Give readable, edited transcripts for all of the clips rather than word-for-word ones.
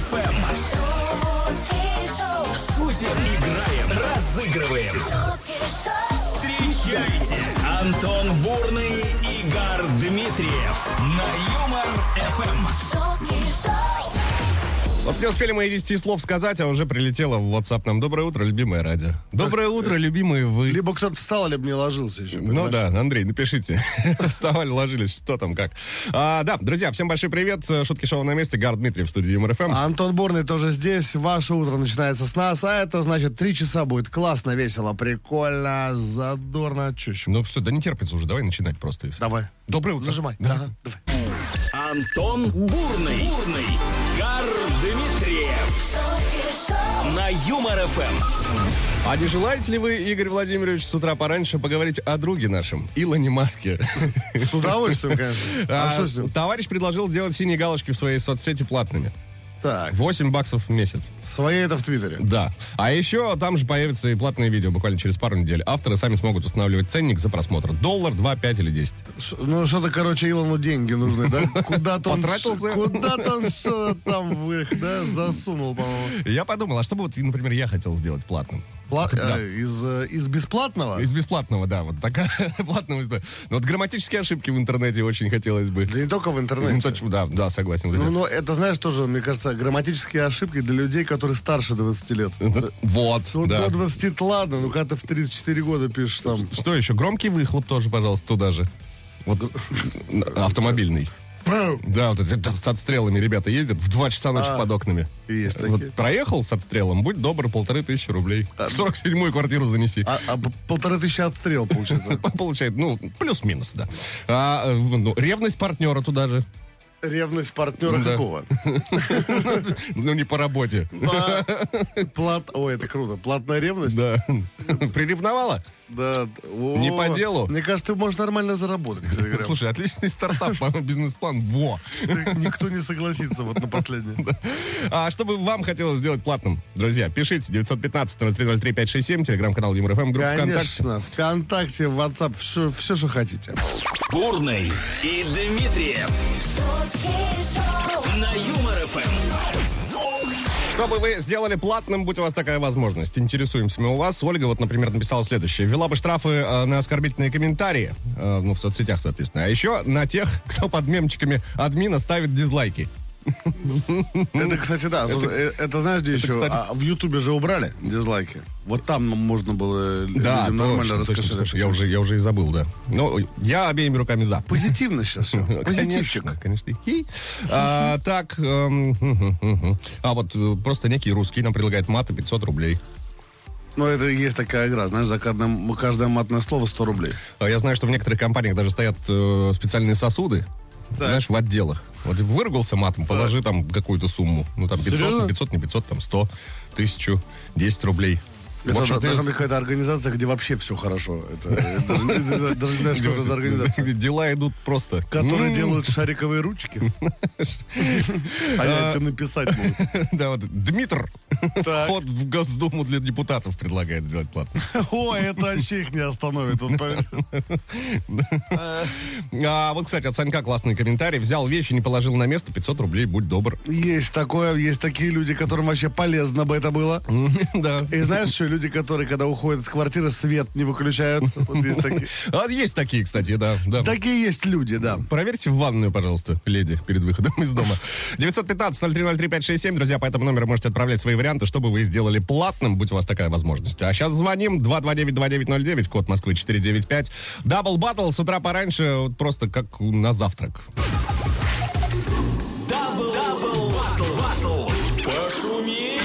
ФМ. Шутим, играем, разыгрываем. Встречайте, Антон Бурный, Игорь Дмитриев на Юмор ФМ. Вот не успели мы и 10 слов сказать, а уже прилетело в WhatsApp нам. Доброе утро, любимое радио. Доброе утро, любимые вы. Либо кто-то встал, либо не ложился еще. Ну да, Андрей, напишите. Вставали, ложились, что там, как. Да, друзья, всем большой привет. Шутки шоу на месте. Игорь Дмитриев в студии Юмор ФМ. Антон Бурный тоже здесь. Ваше утро начинается с нас, а это значит 3 часа будет классно, весело, прикольно, задорно. Че еще? Ну все, да не терпится уже, давай начинать просто. Давай. Доброе утро. Нажимай. Да. Ага, давай. Антон Бурный, Игорь Дмитриев на Юмор ФМ. А не желаете ли вы, Игорь Владимирович, с утра пораньше поговорить о друге нашем, Илоне Маске? С удовольствием, конечно. А что с ним? Товарищ предложил сделать синие галочки в своей соцсети платными. Так, $8 в месяц. свои это в Твиттере. Да. А еще там же появятся и платные видео буквально через пару недель. Авторы сами смогут устанавливать ценник за просмотр. $1, 2, 5 или 10. Ну, что-то, короче, Илону деньги нужны, да? Куда-то он... Потратился. Куда-то он что-то там в их, да, засунул, по-моему. Я подумал, а что бы, вот, например, я хотел сделать платным? Да. Из бесплатного? Из бесплатного, да, вот такая платная история. Но вот грамматические ошибки в интернете очень хотелось бы. Да не только в Ну, интернете. точно, да, согласен. Ну, но это, знаешь, тоже, мне кажется, грамматические ошибки для людей, которые старше 20 лет. Вот, Ну, да. до 20 ладно, ну когда ты в 34 года пишешь там... Что еще? Громкий выхлоп тоже, пожалуйста, туда же. Вот автомобильный. Да, вот это с отстрелами ребята ездят в 2 часа ночи под окнами. Есть Вот такие. проехал с отстрелом, будь добр, 1500 рублей. В 47-ю квартиру занеси. А 1500 отстрел, получается. Получает, ну, плюс-минус, да. Ревность партнера туда же. Ревность партнера Да. какого? Ну, не по работе. Ой, это круто. Платная ревность? Да. Приревновала? Да. О, Не по делу? Мне кажется, ты можешь нормально заработать, кстати говоря. Слушай, отличный стартап, по-моему, бизнес-план. Во! Никто не согласится вот на последнее. А что бы вам хотелось сделать платным? Друзья, пишите 915-0303-567, телеграм-канал Юмор ФМ, группа ВКонтакте. Конечно, ВКонтакте, в WhatsApp, все, что хотите. Бурный и Дмитриев на Юмор ФМ. Что бы вы сделали платным, будь у вас такая возможность? Интересуемся мы у вас. Ольга вот, например, написала следующее. Ввела бы штрафы на оскорбительные комментарии, ну, в соцсетях, соответственно. А еще на тех, кто под мемчиками админа ставит дизлайки. Это, кстати, да. Слушай, это знаешь, где еще? кстати- А в Ютубе же убрали дизлайки. Вот там можно было Да, людям нормально точно, раскошелиться. я уже и забыл, да. Но я обеими руками за. Позитивно сейчас все. Позитивчик. Конечно. Так, вот просто некий русский нам предлагает маты 500 рублей. Ну, это и есть такая игра. Знаешь, за каждое матное слово 100 рублей. Я знаю, что в некоторых компаниях даже стоят специальные сосуды, знаешь, в отделах. Вот выругался матом, положи там какую-то сумму. Ну, там 500, Серьезно? не 500, не 500, там 100, 1000, 10 быть Это В общем, должна быть какая-то организация, где вообще все хорошо. Даже не знаю, что это за организация. Дела идут просто. Которые делают шариковые ручки. А я тебе написать могу. Да, вот Дмитр Так. вход в Госдуму для депутатов предлагает сделать платно. Ой, это вообще их не остановит. Вот, Вот, кстати, от Санька классный комментарий. Взял вещи, не положил на место, 500 рублей, будь добр. есть такое, есть такие люди, которым вообще полезно бы это было. Да. И знаешь, что люди, которые, когда уходят из квартиры, свет не выключают. Вот есть такие. А есть такие, кстати, да. Такие есть люди, да. Проверьте в ванную, пожалуйста, леди, перед выходом из дома. 915-0303-567, друзья, по этому номеру можете отправлять свои варианты, чтобы вы сделали платным, будь у вас такая возможность. А сейчас звоним, 229-2909, код Москвы 495. Дабл баттл с утра пораньше, вот просто как на завтрак. Дабл баттл. Пошумим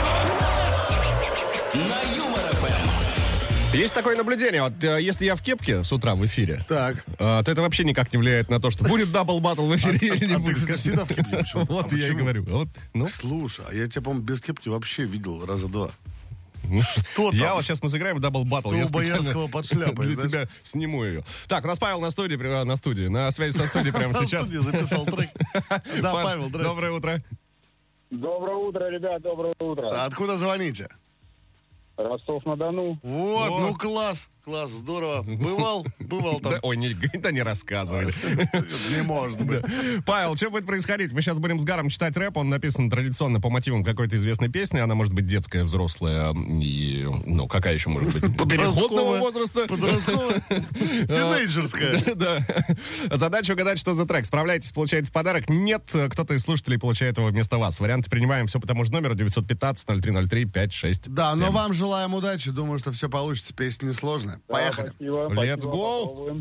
на Юмор ФМ. Есть такое наблюдение, вот если я в кепке с утра в эфире, Так. то это вообще никак не влияет на то, что будет дабл баттл в эфире или не А ты, будет. кстати, всегда в кепке почему-то. Вот А я и почему? говорю. Вот, ну, Слушай, а я тебя, по-моему, без кепки вообще видел раза два. ну, Что там? я вот сейчас мы сыграем в дабл баттл. Что Я у Боярского специально под шляпой, для знаешь? тебя сниму ее. Так, у нас Павел на связи со студией прямо сейчас. Я записал трек. Да, Паш, Павел, здрасте. доброе утро. Доброе утро, ребят, доброе утро. Откуда звоните? Ростов-на-Дону. Вот, О. ну класс. Класс, здорово. Бывал там. Да, ой, не рассказывай. Не может быть. Павел, что будет происходить? Мы сейчас будем с Гаром читать рэп. Он написан традиционно по мотивам какой-то известной песни. Она может быть детская, взрослая и... Ну, какая еще может быть? Переходного возраста. Подростковая. Тинейджерская. Да. Задача угадать, что за трек. Справляйтесь, получаете подарок. Нет, кто-то из слушателей получает его вместо вас. Варианты принимаем все по тому же номеру 915-0303-567. Да, но вам желаем удачи. Думаю, что все получится. Песня несложная. Поехали. Спасибо. Let's спасибо, go. попробуем.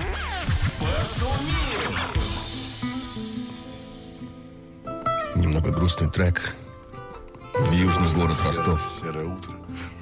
Немного грустный трек. В южный город Ростов. Серое утро.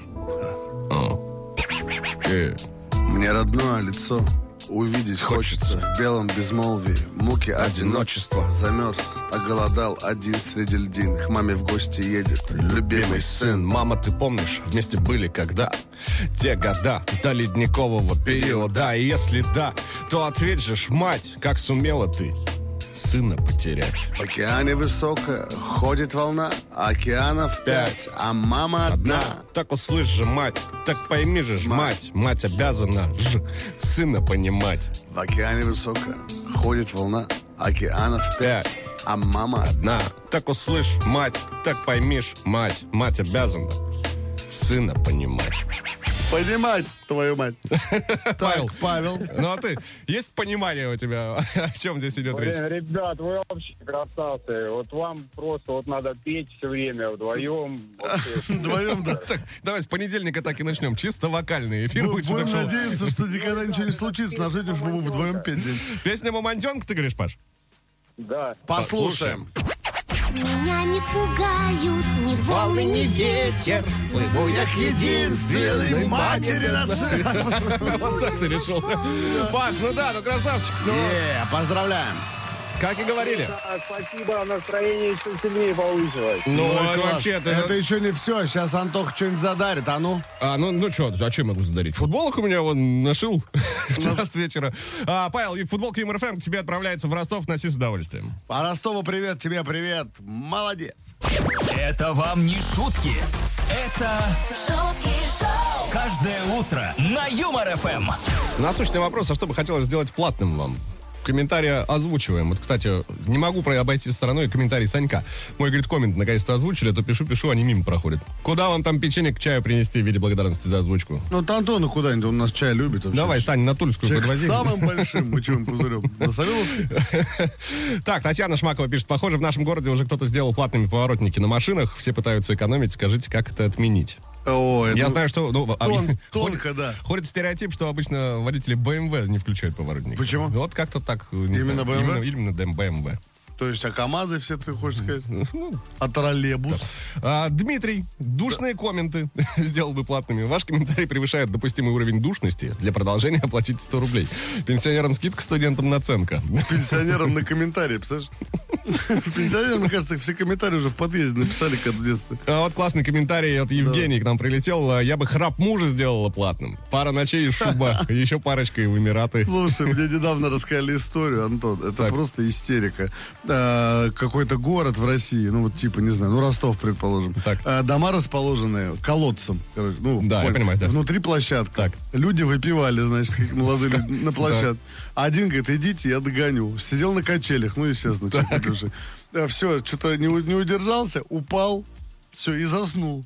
Э, Мне родное лицо увидеть хочется в белом безмолвии, муки одиночества. Замерз, оголодал один среди льдин. К маме в гости едет любимый сын. Мама, ты помнишь, вместе были когда? Те года до ледникового периода. И если да, то ответь же, ж, мать, как сумела ты сына потерять? В океане высокая ходит волна, океанов 5, а мама одна. Так услышь же, мать, так пойми же, ж, мать обязана ж, сына понимать. В океане высокая ходит волна, океанов 5, а мама одна. Так услышь, мать, так поймишь, мать обязана сына понимать. Понимать, твою мать. Так, Павел. Ну а ты, есть понимание у тебя, о чем здесь идет речь? Блин, ребят, вы вообще красавцы. Вот вам просто вот надо петь все время вдвоем. Вдвоем, да. Так, давай с понедельника так и начнем. Чисто вокальный эфир будет. Будем так что- надеяться, что никогда ничего не случится. На жизнь уж мы вдвоем петь. Песня «Мамонтенок», ты говоришь, Паш? Да. Послушаем. Меня не пугают ни волны, ни ветер. Плыву я к единственной матери на свете. Вот так ты решил. Паш, ну да, ну красавчик. Ну, Поздравляем. как и говорили. Да, спасибо, настроение еще сильнее повысилось. Ну, Ой, класс. вообще, Это еще не все. Сейчас Антох что-нибудь задарит. А ну? Ну что, а чем могу задарить? Футболок у меня вон нашил вчера с вечера. Павел, и футболка ЮморФМ к тебе отправляется в Ростов, носи с удовольствием. По Ростову привет, тебе привет. Молодец. Это вам не шутки. Это Шутки шоу. каждое утро на Юмор ФМ. Насущный вопрос, а что бы хотелось сделать платным вам? Комментарии озвучиваем. Вот, кстати, не могу обойти стороной комментарий Санька. Мой, говорит, коммент наконец-то озвучили, а то пишу, они мимо проходят. Куда вам там печенье к чаю принести в виде благодарности за озвучку? Ну, Антону куда-нибудь, он нас чай любит. Вообще. Давай, Сань, на Тульскую Человек подвози. самым большим мочевым пузырем. На Савеловской? Так, Татьяна Шмакова пишет, похоже, в нашем городе уже кто-то сделал платными поворотники на машинах, все пытаются экономить, скажите, как это отменить? Ой, Я знаю, что... тонко, да. Ходит стереотип, что обычно водители BMW не включают поворотник. Почему? Вот как-то так. Не Именно знаю, BMW? Именно BMW. То есть, а КамАЗы все, ты хочешь сказать? А троллейбус? Дмитрий, душные комменты сделал бы платными. Ваш комментарий превышает допустимый уровень душности. Для продолжения оплатите 100 рублей. Пенсионерам скидка, студентам наценка. Пенсионерам на комментарии, представляешь? Пенсионерам, мне кажется, все комментарии уже в подъезде написали, как в детстве. Вот классный комментарий от Евгении к нам прилетел. Я бы храп мужа сделала платным. Пара ночей и шуба. Еще парочкой в Эмираты. Слушай, мне недавно рассказали историю, Антон. Это Так. просто истерика. Какой-то город в России, ну вот типа, не знаю, ну Ростов, предположим. Так. Дома расположены колодцем. Короче, ну, Да, я понимаю, да. Внутри площадка. Так. Люди выпивали, значит, как молодые люди на площадке. Один говорит, идите, я догоню. Сидел на качелях, ну, естественно, человек выпивший. Все, что-то не удержался, упал, все, и заснул.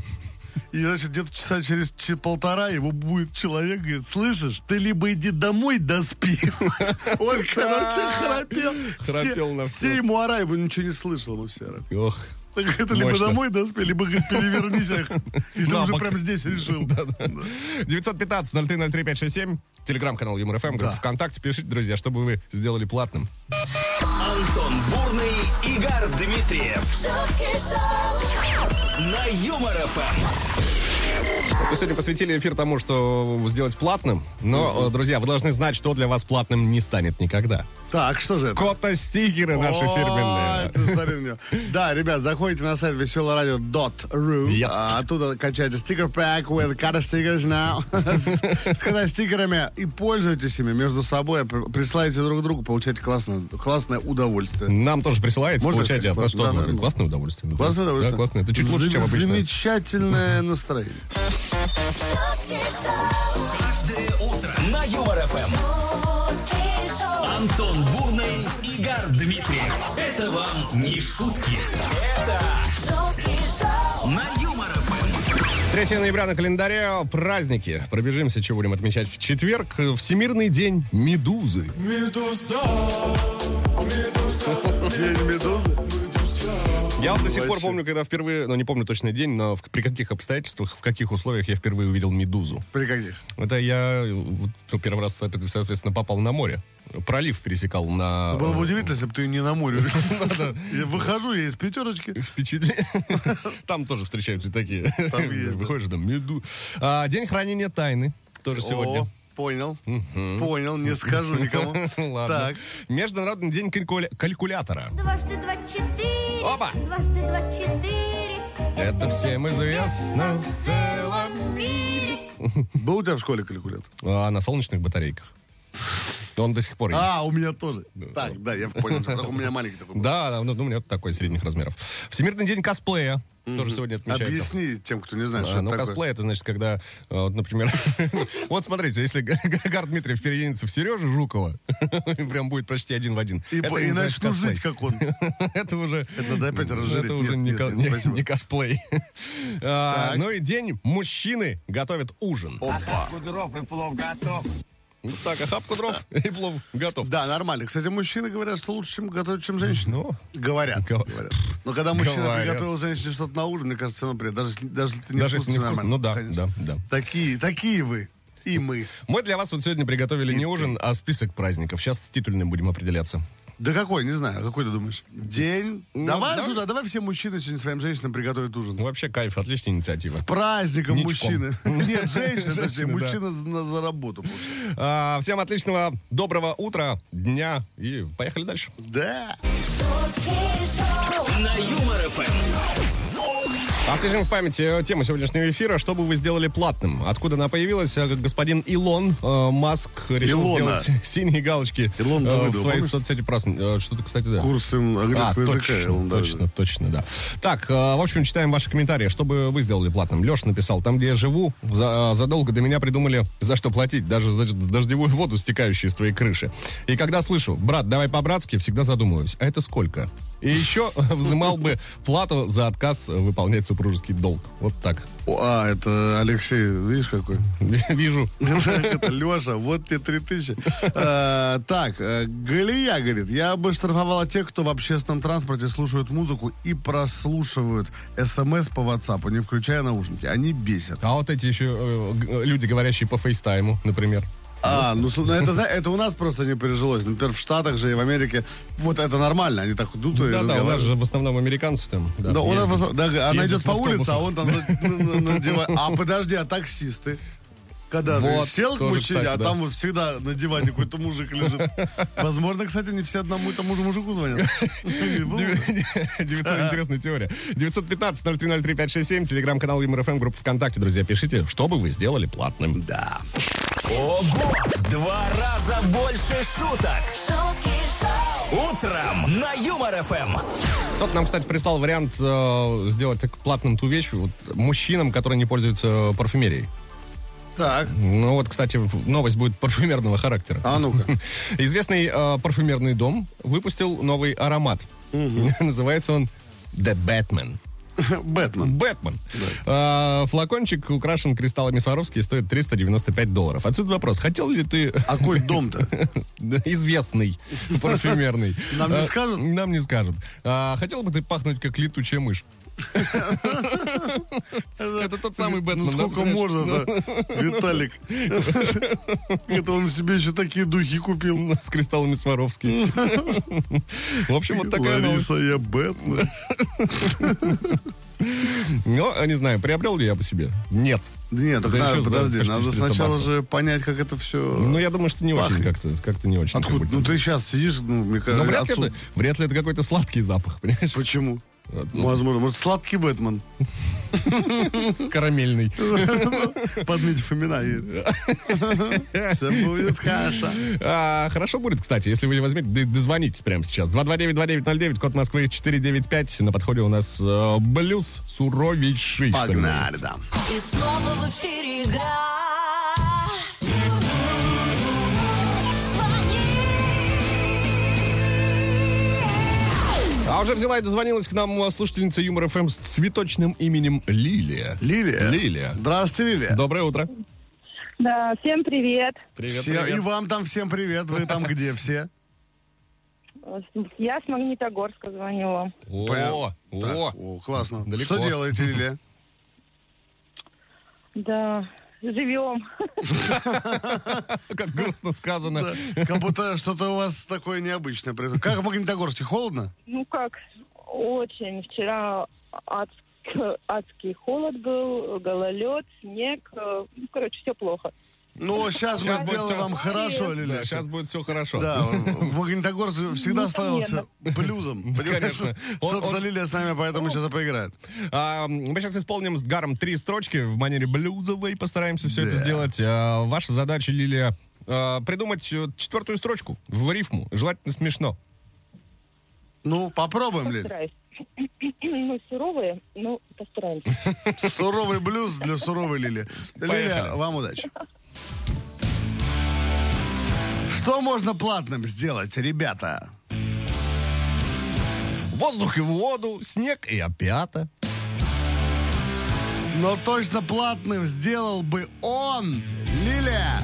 И, значит, где-то часа через полтора его будет человек, говорит, слышишь, ты либо иди домой, доспи. Он, короче, храпел. Храпел на Все ему орали, его ничего не слышал, ему все орали. Ох. Так это либо Мощно. домой доспи, либо, говорит, перевернись, если Да, уже пока- прям здесь решил. 915-0303-567. Телеграм-канал Юмор ФМ. Да. ВКонтакте пишите, друзья, чтобы вы сделали платным. Антон Бурный, Игорь Дмитриев Шутки шоу. на Юмор ФМ. Мы сегодня посвятили эфир тому, что сделать платным. Но, друзья, вы должны знать, что для вас платным не станет никогда. Так, что же это? Кота-стикеры наши О, фирменные. это смотри на него. Да, ребят, заходите на сайт веселорадио.ру. Yes. Оттуда качайте стикер-пак with Kata stickers now. С кота-стикерами и пользуйтесь ими между собой. Присылайте друг другу, получайте классное удовольствие. Нам тоже присылаете, Можно получайте от нас сказать? что? Да, да. Классное удовольствие. Классное удовольствие. Да, классное. Это чуть лучше, чем обычно. Замечательное настроение. Каждое утро на Юмор ФМ. Антон Бурный, Игорь Дмитриев. Это вам не шутки. Это на Юмор ФМ. 3 ноября на календаре, праздники. Пробежимся, что будем отмечать в четверг. Всемирный день медузы. День медузы. Я вот до сих пор Вообще. помню, когда впервые, не помню точный день, но при каких обстоятельствах, в каких условиях я впервые увидел медузу. При каких? Это я первый раз, соответственно, попал на море. Пролив пересекал на... Было бы удивительно, если бы ты не на море увидел. Я выхожу, я из пятерочки. Впечатление. Там тоже встречаются и такие. Там есть, да. Выходишь, там меду. День хранения тайны. Тоже сегодня. О, понял. Понял, не скажу никому. Ладно. Так. Международный день калькулятора. Дважды два четыре. Опа! Дважды два четыре. Это всем известно в целом мире. Был у тебя в школе калькулятор? На солнечных батарейках. Он до сих пор есть. У меня тоже. Так, да, я понял. У меня маленький такой был. Да, у меня такой средних размеров. Всемирный день косплея. Тоже сегодня отмечается. Объясни тем, кто не знает, что это такое. Косплей, это значит, когда, например, вот смотрите, если Гар Дмитриев переедется в Сережу Жукова, прям будет почти один в один. И начну жить, как он. Это уже... Это надо опять разжиреть. Это уже не косплей. Ну и день мужчины готовит ужин. Дров и плов готов. Вот так, охапку дров и плов готов. Да, нормально. Кстати, мужчины говорят, что лучше, чем готовить, чем женщины. Ну, Говорят. Но когда мужчина Говорят. приготовил женщине что-то на ужин, мне кажется, все равно приятно. Даже если ты не даже если вкусно, не вкусно. нормально. Ну да, Конечно. да. Такие вы. И мы. Мы для вас вот сегодня приготовили не ужин, а список праздников. Сейчас с титульным будем определяться. Да какой, не знаю. Какой ты думаешь? День? Давай, давай. слушай, давай все мужчины сегодня своим женщинам приготовят ужин. Вообще кайф, отличная инициатива. Праздником Ничком. мужчины. Нет, женщины, точнее, Женщины, да. мужчина за работу. получается. Всем отличного, доброго утра, дня и поехали дальше. Да. На Юмор ФМ. Освежим в памяти тему сегодняшнего эфира. Что бы вы сделали платным? Откуда она появилась? Господин Илон Маск решил Илона. сделать синие галочки Илон в Давыдов, своей помнишь? соцсети. Что-то, кстати, да. Курс английского языка. Точно, да. Так, в общем, читаем ваши комментарии. Что бы вы сделали платным? Леша написал, там, где я живу, задолго до меня придумали, за что платить, даже за дождевую воду, стекающую с твоей крыши. И когда слышу, брат, давай по-братски, всегда задумываюсь, а это сколько? И еще взымал бы плату за отказ выполнять супружеский долг. Вот так. Это Алексей, видишь какой? Вижу. Это Леша, вот тебе 3000. Так, Галия говорит, я бы штрафовала тех, кто в общественном транспорте слушают музыку и прослушивают СМС по WhatsApp, не включая наушники. Они бесят. А вот эти еще люди, говорящие по фейстайму, например. Это у нас просто не пережилось. Например, в Штатах же и в Америке вот это нормально, они так идут и Да, у нас разговаривают. же в основном американцы там. Да, у нас, ездят. она Ездят идет в по улице, автобусах. а он там надевает. А подожди, а таксисты? Когда Вот, ты сел к тоже, мужчине, кстати, а да. там вот всегда на диване какой-то мужик лежит. Возможно, кстати, не все одному и тому же мужику звонят. Интересная теория. 915-0303-567, телеграм-канал Юмор ФМ, группа ВКонтакте. Друзья, пишите, что бы вы сделали платным. Да. Ого! В 2 раза больше шуток. Утром на Юмор ФМ. Кто-то нам, кстати, прислал вариант сделать так платным ту вещь вот, мужчинам, которые не пользуются парфюмерией. Так, Ну вот, кстати, новость будет парфюмерного характера. а ну-ка. Известный парфюмерный дом выпустил новый аромат. Называется он The Batman. Бэтмен. Бэтмен. Флакончик украшен кристаллами Сваровски и стоит $395. Отсюда вопрос. Хотел ли ты... А какой дом-то? Известный парфюмерный. Нам не скажут? Нам не скажут. Хотел бы ты пахнуть, как летучая мышь? Это тот самый Бэтмен. Ну сколько можно-то, Виталик? Это он себе еще такие духи купил. С кристаллами Сваровски. В общем, вот такая новость. Лариса, я Бэтмен. Ну, не знаю, приобрел ли я бы себе? Нет. Нет, так Да надо, еще за подожди, почти надо 400 сначала баксов. же понять, как это все... Ну, я думаю, что не очень как-то не очень. Откуда? как бы. Ну, ты сейчас сидишь, ну, мне Но кажется, вряд ли это какой-то сладкий запах, понимаешь? Почему? Возможно, может, сладкий Бэтмен. Карамельный. Подметив имена. Все будет хорошо. Хорошо будет, кстати, если вы не возьмете, дозвонитесь прямо сейчас. 229-2909, код Москвы 495. На подходе у нас блюз суровейший. Погнали, да. И снова в эфире игра. А уже взяла и дозвонилась к нам слушательница Юмор ФМ с цветочным именем Лилия. Лилия. Здравствуйте, Лилия. Доброе утро. Да, всем привет. Привет, И привет. вам там всем привет. Вы там где все? Я с Магнитогорска звоню вам. Так, классно. Далеко. Что делаете, Лилия? Да, живем. Как грустно сказано. Как будто что-то у вас такое необычное происходит. Как в Магнитогорске, холодно? Ну как, очень. Вчера адский холод был, гололед, снег. Ну, короче, все плохо. Ну, сейчас мы будет сделаем всё. вам хорошо, Лилия. Да, сейчас будет все хорошо. Да, в Магнитогорске всегда славился блюзом. конечно. Собственно, Лилия с нами, поэтому сейчас и поиграет. Мы сейчас исполним с Гаром 3 строчки в манере блюзовой, постараемся все это сделать. Ваша задача, Лилия, придумать 4-ю строчку в рифму. Желательно смешно. Ну, попробуем, Лилия. Постараюсь. Ну, суровые, но постараемся. Суровый блюз для суровой Лилии. Лилия, Поехали. вам удачи. Что можно платным сделать, ребята? Воздух и воду, снег и опята. Но точно платным сделал бы он, Лилия.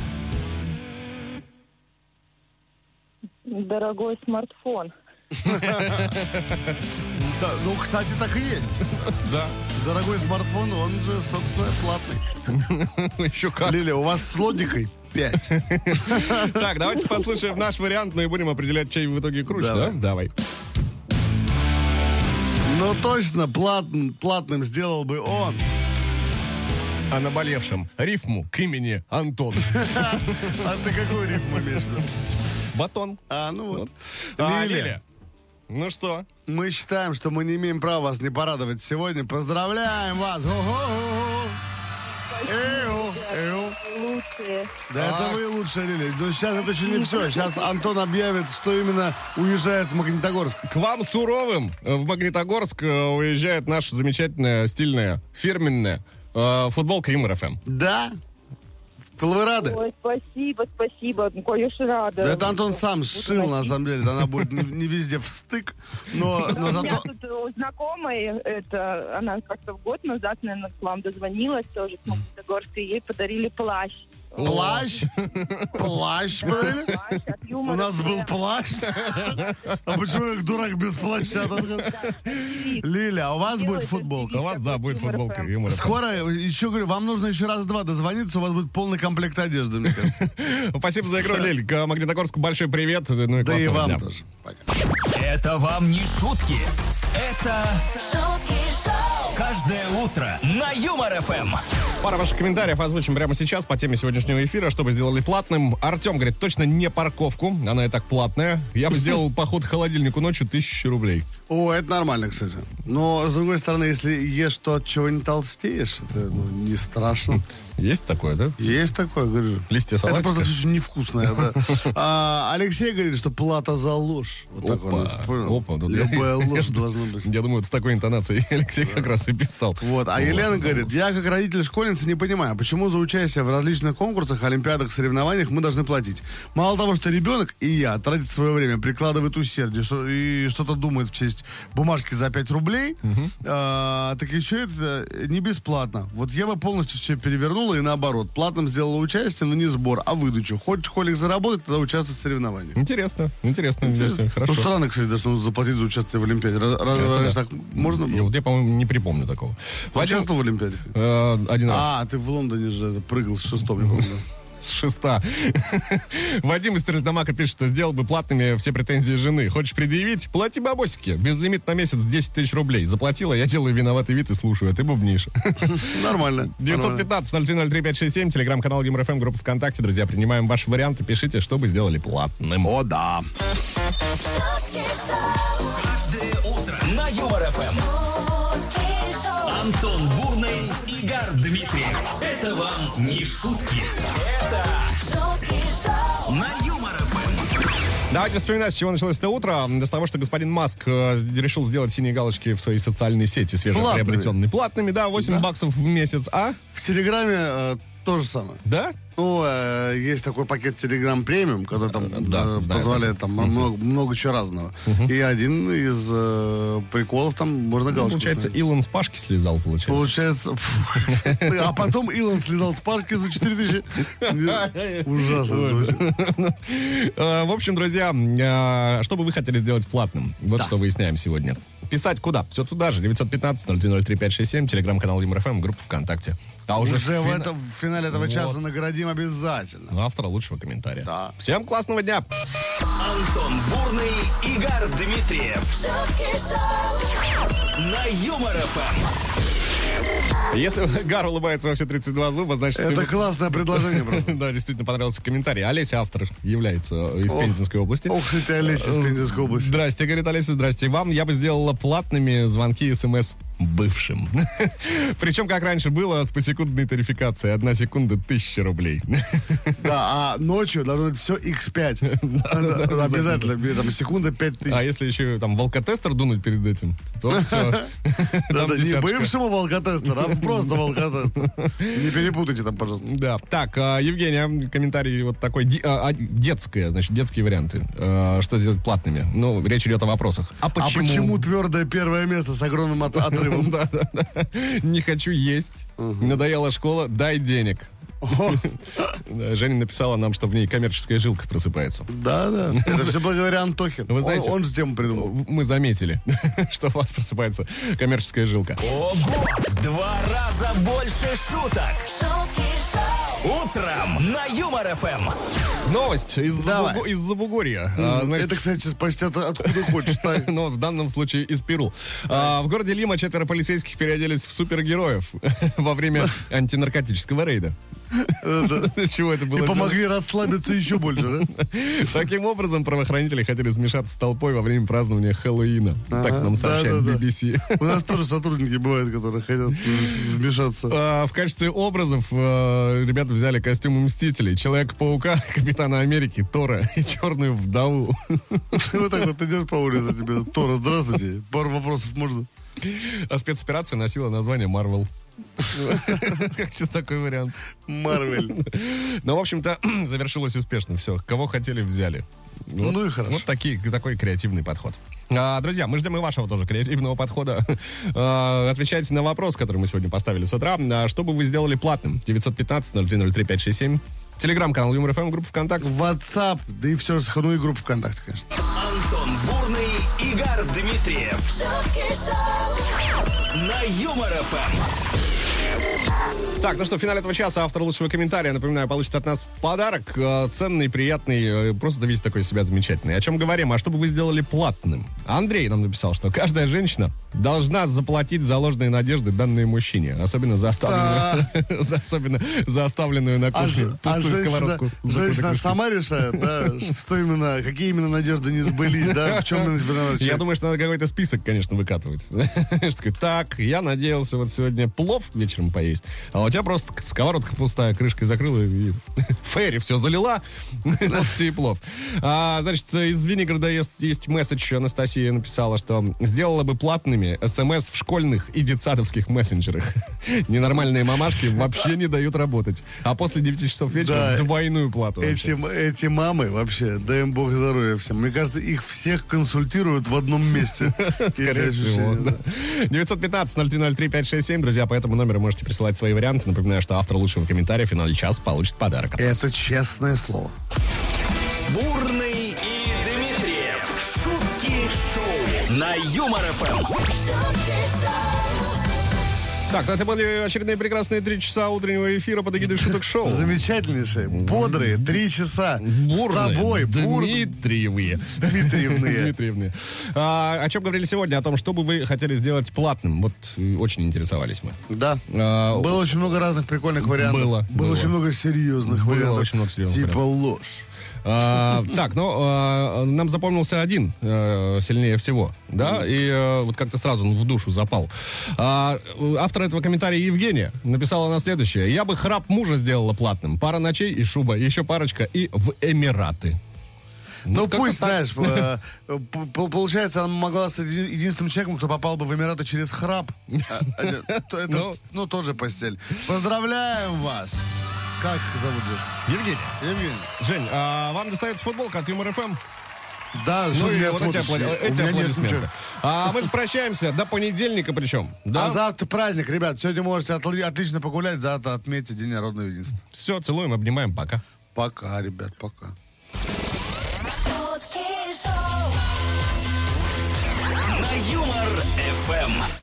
Дорогой смартфон. Да, ну, кстати, так и есть. Да. Дорогой смартфон, он же, собственно, платный. Еще как. Лилия, у вас с логикой 5. Так, давайте послушаем наш вариант, ну и будем определять, чей в итоге круче, Давай. да? Давай. Но точно платным сделал бы он. О наболевшем. Рифму к имени Антон. А ты какую рифму имеешь в виду? Батон. Ну вот. Лилия. Ну что? Мы считаем, что мы не имеем права вас не порадовать сегодня. Поздравляем вас! Го-го-го! Лучшие. Да это вы лучшая, Лилия. Но сейчас это еще не все. Сейчас Антон объявит, что именно уезжает в Магнитогорск. К вам суровым в Магнитогорск уезжает наша замечательная, стильная, фирменная футболка Юмор ФМ. Да? Вы рады? Ой, спасибо. Ну, конечно, рада. Да это Антон сам Буду сшил, на носить. самом деле. Она будет не везде в стык, но У меня зато... тут у знакомой, она как-то в год назад, наверное, к вам дозвонилась тоже с Магнитогорска, и ей подарили плащ. Плащ? Плащ подарили? Плащ от У Юмора нас был ФМ. плащ? А почему я как дурак без плаща? Лиля, а у вас будет футболка? У вас, да, будет футболка Юмор ФМ. Скоро, еще говорю, вам нужно еще раз-два дозвониться, у вас будет полный комплект одежды, мне кажется. Спасибо за игру, Лиль. К Магнитогорску большой привет. Ну и Да и классного вам дня. тоже. Пока. Это вам не шутки. Это Шутки шоу. каждое утро на Юмор ФМ. Пара ваших комментариев озвучим прямо сейчас по теме сегодняшнего эфира. Что бы сделали платным? Артем говорит, точно не парковку. Она и так платная. Я бы сделал поход к холодильнику ночью 1000 рублей. О, это нормально, кстати. Но, с другой стороны, если ешь то, от чего не толстеешь, это не страшно. Есть такое, да? Есть такое, говорю же. Листья Это салатика? просто очень невкусное. Да. Алексей говорит, что плата за ложь. Вот так он, понял? Опа, тут Любая ложь должна быть. Я думаю, вот с такой интонацией Алексей как раз и писал. Вот. А Елена говорит, я как родитель школьницы не понимаю, почему за участие в различных конкурсах, олимпиадах, соревнованиях мы должны платить. Мало того, что ребенок и я тратит свое время, прикладывает усердие и что-то думает в честь бумажки за 5 рублей, так еще это не бесплатно. Вот я бы полностью все перевернула и наоборот. Платным сделала участие, но не сбор, а выдачу. Хочешь школьник заработать, тогда участвовать в соревнованиях. Интересно, версия, хорошо. Ну, странно, кстати, даже нужно заплатить за участие в Олимпиаде. Разве так можно было? Я, по-моему, не припомню такого. Участвовал в Олимпиаде? Один раз. А, ты в Лондоне же прыгал с шестом, я помню. с шеста. Вадим из Стерлитамака пишет, что сделал бы платными все претензии жены. Хочешь предъявить? Плати бабосики. Безлимит на месяц 10 тысяч рублей. Заплатила, я делаю виноватый вид и слушаю, а ты бубнишь. Нормально. 915-0303-567, телеграм-канал Юмор ФМ, группа ВКонтакте. Друзья, принимаем ваши варианты. Пишите, что бы сделали платным. О, да. Каждое утро на Юмор ФМ. Антон Бурный, Игорь Дмитриев. Это вам не шутки. Это на Юмор ФМ. Давайте вспоминать, с чего началось это утро. С того, что господин Маск решил сделать синие галочки в своей социальной сети, свежеприобретенные. Платными, да, 8 баксов в месяц. А? В Телеграме то же самое. Да? Ну, есть такой пакет Telegram премиум, который там знаю, позволяет там много чего разного. И один из приколов там можно галочку Получается, ставить. Илон с Пашки слезал, получается. А потом Илон слезал с Пашки за 4000. Ужасно звучит. В общем, друзья, что бы вы хотели сделать платным? Вот что выясняем сегодня. Писать куда? Все туда же. 915-0303-567, телеграм-канал Юмор ФМ, группа ВКонтакте. А уже в финале этого часа наградим обязательно. Автора лучшего комментария. Да. Всем классного дня! Антон Бурный, Игорь Дмитриев. На Юмор ФМ. Если Гар улыбается во все 32 зуба, значит... Это классное предложение просто. Да, действительно понравился комментарий. Олеся, автор, является из Пензенской области. Ох, ты Олеся из Пензенской области. Здрасте, говорит Олеся, здрасте вам. Я бы сделала платными звонки и смс бывшим. Причем, как раньше было, с посекундной тарификацией. 1 секунда 1000 рублей. Да, а ночью должно быть все x5. Обязательно. Там секунда 5000. А если еще там волкотестер дунуть перед этим, то все. Не бывшему волкотестеру, а просто волкотестеру. Не перепутайте там, пожалуйста. Да. Так, Евгения, комментарий вот такой. Детское, значит, детские варианты. Что сделать платными? Ну, речь идет о вопросах. А почему твердое первое место с огромным отрывом? Да. Не хочу есть. Надоела школа, дай денег. Женя написала нам, что в ней коммерческая жилка просыпается. Да. Это все благодаря Антохе. Вы знаете, он же тему придумал. Мы заметили, что у вас просыпается коммерческая жилка. Ого! В 2 раза больше шуток. Утром на Юмор ФМ. Новость из-за Бугорья. Значит, Это, кстати, почти откуда хочешь. но в данном случае из Перу. В городе Лима 4 полицейских переоделись в супергероев во время антинаркотического рейда. Чего это было? И помогли расслабиться еще больше, да? Таким образом, правоохранители хотели смешаться с толпой во время празднования Хэллоуина. Так нам сообщает BBC. У нас тоже сотрудники бывают, которые хотят вмешаться. В качестве образов ребята взяли костюмы Мстителей, Человека-паука, Капитана Америки, Тора и Черную вдову. Вот так вот идешь по улице, тебе Тора, здравствуйте. Пару вопросов можно? А спецоперация носила название «Марвел». Как тебе такой вариант? Марвель. Ну, в общем-то, завершилось успешно. Все, кого хотели, взяли. Ну и хорошо. Вот такой креативный подход. Друзья, мы ждем и вашего тоже креативного подхода. Отвечайте на вопрос, который мы сегодня поставили с утра. Что бы вы сделали платным? 915-0303-567. Телеграм-канал Юмор ФМ, группа ВКонтакте. WhatsApp, да и все, ну и группа ВКонтакте, конечно. Антон Бурный, Игорь Дмитриев. На Юмор ФМ. Так, ну что, в финале этого часа автор лучшего комментария, напоминаю, получит от нас подарок. Ценный, приятный, просто довести такой себя замечательный. О чем говорим? А что бы вы сделали платным? Андрей нам написал, что каждая женщина должна заплатить за ложные надежды, данные мужчине. Особенно за оставленную на кухне пустую сковородку. Женщина сама решает, да, какие именно надежды не сбылись, да, в чем виноват. Я думаю, что надо какой-то список, конечно, выкатывать. Так, я надеялся вот сегодня плов вечером поесть, а у тебя просто сковородка пустая, крышкой закрыла и ферри все залила. Вот тебе и плов. Значит, из Звенигорода есть месседж. Анастасия написала, что сделала бы платными СМС в школьных и детсадовских мессенджерах. Ненормальные мамашки вообще не дают работать. А после 9 часов вечера двойную плату. Эти мамы вообще, дай им бог здоровья всем. Мне кажется, их всех консультируют в одном месте. Скорее всего. 915-0303-567. Друзья, по этому номеру можете присылать свои варианты. Напоминаю, что автор лучшего комментария в финале часа получит подарок. Это честное слово. Бурный и Дмитриев. Шутки шоу. На Юмор ФМ. Так, это были очередные прекрасные 3 часа утреннего эфира под эгидой шуток шоу. Замечательнейшие, бодрые 3 часа. Бурные, с тобой, Дмитриевые. Дмитриевные. О чем говорили сегодня? О том, что бы вы хотели сделать платным. Вот очень интересовались мы. Да. Было очень много разных прикольных вариантов. Было очень много серьезных вариантов. Очень много серьезных типа ложь. Так, нам запомнился один сильнее всего, да, и вот как-то сразу в душу запал. Автор этого комментария Евгения написала на следующее. Я бы храп мужа сделала платным. Пара ночей и шуба, еще парочка и в Эмираты. Ну, пусть, знаешь, получается, она могла стать единственным человеком, кто попал бы в Эмираты через храп. Это, тоже постель. Поздравляем вас. Как зовут девушку? Евгений. Жень, вам достается футболка от Юмор ФМ? Да, ну и вот эти аплодисменты. Мы же прощаемся до понедельника причем. Да? А завтра праздник, ребят. Сегодня можете отлично погулять, завтра отметьте День народного единства. Все, целуем, обнимаем, пока. Пока, ребят, пока. На Юмор ФМ.